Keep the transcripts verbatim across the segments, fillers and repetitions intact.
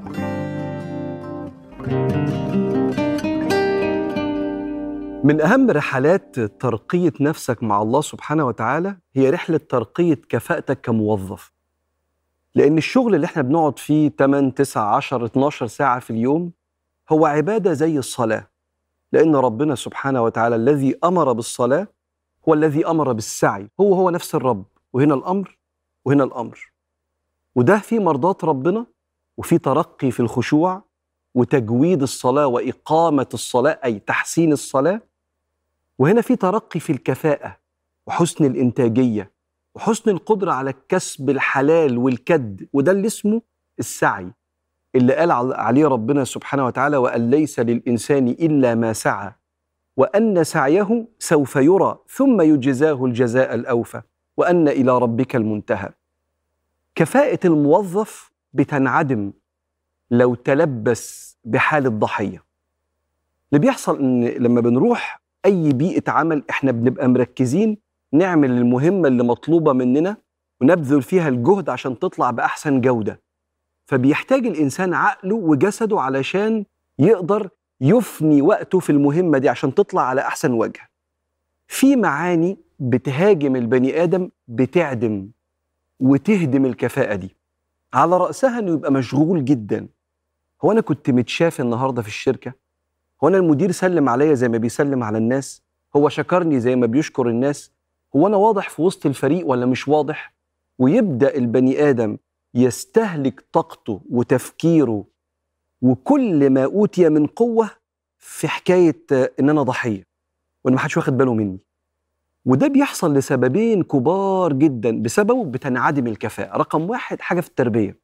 من أهم رحلات ترقية نفسك مع الله سبحانه وتعالى هي رحلة ترقية كفاءتك كموظف. لأن الشغل اللي احنا بنقعد فيه ثمانية تسعة عشرة اتناشر ساعة في اليوم هو عبادة زي الصلاة، لأن ربنا سبحانه وتعالى الذي أمر بالصلاة هو الذي أمر بالسعي، هو هو نفس الرب، وهنا الأمر وهنا الأمر، وده في مرضاة ربنا وفي ترقي في الخشوع وتجويد الصلاة وإقامة الصلاة أي تحسين الصلاة، وهنا في ترقي في الكفاءة وحسن الإنتاجية وحسن القدرة على الكسب الحلال والكد، وده اللي اسمه السعي اللي قال عليه ربنا سبحانه وتعالى: وأن ليس للإنسان إلا ما سعى وأن سعيه سوف يرى ثم يجزاه الجزاء الأوفى وأن إلى ربك المنتهى. كفاءة الموظف بتنعدم لو تلبس بحال الضحية. اللي بيحصل إن لما بنروح أي بيئة عمل إحنا بنبقى مركزين نعمل المهمة اللي مطلوبة مننا ونبذل فيها الجهد عشان تطلع بأحسن جودة، فبيحتاج الإنسان عقله وجسده علشان يقدر يفني وقته في المهمة دي عشان تطلع على أحسن وجه. في معاني بتهاجم البني آدم بتعدم وتهدم الكفاءة دي، على رأسها إنه يبقى مشغول جدا. هو أنا كنت متشاف النهاردة في الشركة؟ هو أنا المدير سلم عليا زي ما بيسلم على الناس؟ هو شكرني زي ما بيشكر الناس؟ هو أنا واضح في وسط الفريق ولا مش واضح؟ ويبدأ البني آدم يستهلك طاقته وتفكيره وكل ما أوتي من قوة في حكاية إن أنا ضحية وإن ما حدش واخد باله مني. وده بيحصل لسببين كبار جدا بسببه بتنعدم الكفاءة. رقم واحد، حاجة في التربية.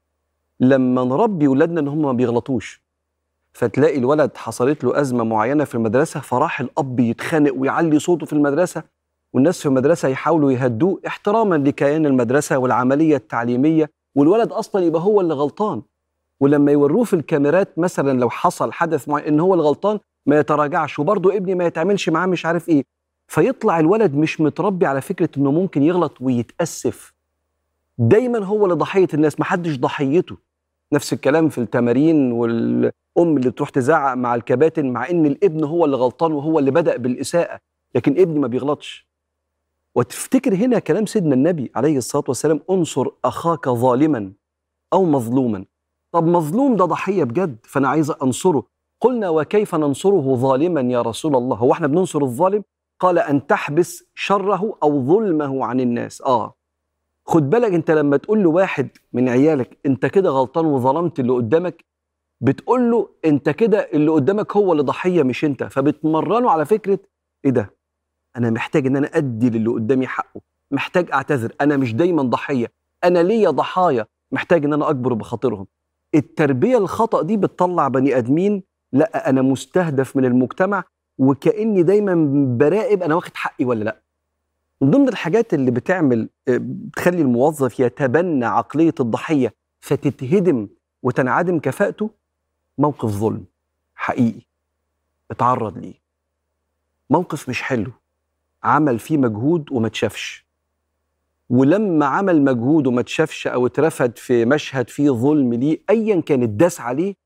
لما نربي ولادنا إن هم ما بيغلطوش، فتلاقي الولد حصلت له أزمة معينة في المدرسة فراح الأب يتخانق ويعلي صوته في المدرسة، والناس في المدرسة يحاولوا يهدوه احتراما لكيان المدرسة والعملية التعليمية، والولد أصلا يبقى هو اللي غلطان. ولما يوروه في الكاميرات مثلا لو حصل حدث معين إن هو الغلطان ما يتراجعش، وبرضه ابني ما يتعملش معاه مش عارف إيه، فيطلع الولد مش متربي على فكرة إنه ممكن يغلط ويتأسف. دايما هو اللي ضحية الناس، محدش ضحيته. نفس الكلام في التمارين والأم اللي بتروح تزعق مع الكباتن مع إن الابن هو اللي غلطان وهو اللي بدأ بالإساءة، لكن ابني ما بيغلطش. وتفتكر هنا كلام سيدنا النبي عليه الصلاة والسلام: انصر أخاك ظالما أو مظلوما. طب مظلوم ده ضحية بجد، فأنا عايز أنصره. قلنا: وكيف ننصره ظالما يا رسول الله؟ هو احنا بننصر الظالم؟ قال: أن تحبس شره أو ظلمه عن الناس. آه خد بالك، أنت لما تقول له واحد من عيالك أنت كده غلطان وظلمت اللي قدامك، بتقول له أنت كده اللي قدامك هو اللي ضحية مش أنت، فبتمرنه على فكرة إيه ده؟ أنا محتاج إن أنا أدي للي قدامي حقه، محتاج أعتذر، أنا مش دايما ضحية، أنا ليا ضحايا محتاج إن أنا أكبر بخاطرهم. التربية الخطأ دي بتطلع بني آدمين لا أنا مستهدف من المجتمع وكأني دايما براقب أنا واخد حقي ولا لا. من ضمن الحاجات اللي بتعمل بتخلي الموظف يتبنى عقلية الضحية فتتهدم وتنعدم كفاءته: موقف ظلم حقيقي اتعرض ليه، موقف مش حلو، عمل فيه مجهود وما تشافش، ولما عمل مجهود وما تشافش أو اترفد في مشهد فيه ظلم ليه أيا كان الداس عليه،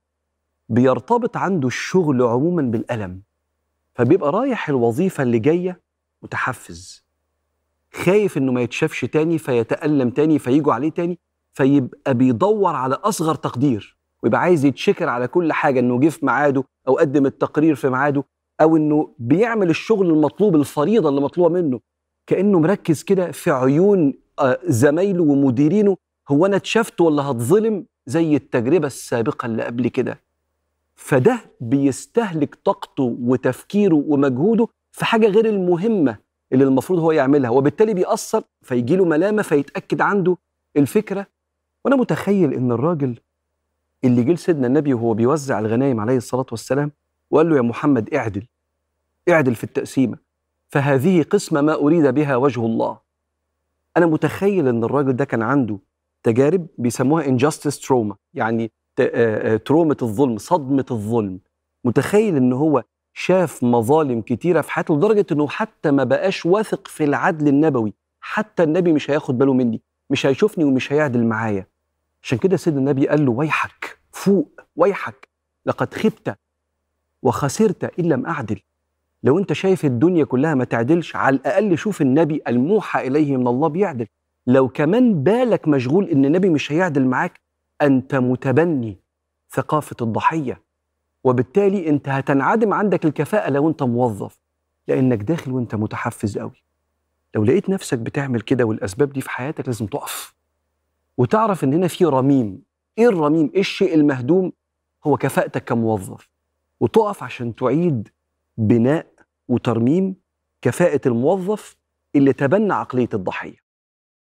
بيرتبط عنده الشغل عموما بالألم، فبيبقى رايح الوظيفة اللي جاية متحفز، خايف إنه ما يتشافش تاني فيتألم تاني فييجوا عليه تاني، فيبقى بيدور على أصغر تقدير ويبقى عايز يتشكر على كل حاجة، إنه جه في ميعاده أو قدم التقرير في ميعاده أو إنه بيعمل الشغل المطلوب، الفريضة اللي مطلوبة منه، كأنه مركز كده في عيون زمايله ومديرينه: هو أنا اتشفت ولا هتظلم زي التجربة السابقة اللي قبل كده؟ فده بيستهلك طاقته وتفكيره ومجهوده في حاجة غير المهمة اللي المفروض هو يعملها، وبالتالي بيأثر فيجيله ملامة فيتأكد عنده الفكرة. وأنا متخيل إن الراجل اللي جه لسيدنا النبي وهو بيوزع الغنايم عليه الصلاة والسلام وقال له: يا محمد اعدل اعدل في التقسيمة، فهذه قسمة ما أريد بها وجه الله. أنا متخيل إن الراجل ده كان عنده تجارب بيسموها injustice trauma، يعني ترومة الظلم، صدمة الظلم. متخيل إن هو شاف مظالم كتيرة في حياته لدرجة إنه حتى ما بقاش واثق في العدل النبوي، حتى النبي مش هياخد باله مني، مش هيشوفني ومش هيعدل معايا. عشان كده سيدنا النبي قال له: ويحك فوق، ويحك لقد خبت وخسرت إن لم أعدل. لو أنت شايف الدنيا كلها ما تعدلش، على الأقل شوف النبي الموحى إليه من الله بيعدل. لو كمان بالك مشغول إن النبي مش هيعدل معاك، أنت متبني ثقافة الضحية، وبالتالي أنت هتنعدم عندك الكفاءة لو أنت موظف، لأنك داخل وأنت متحفز قوي. لو لقيت نفسك بتعمل كده والأسباب دي في حياتك، لازم تقف وتعرف إن هنا في رميم. إيه الرميم؟ إيه الشيء المهدوم؟ هو كفاءتك كموظف، وتقف عشان تعيد بناء وترميم كفاءة الموظف اللي تبنى عقلية الضحية.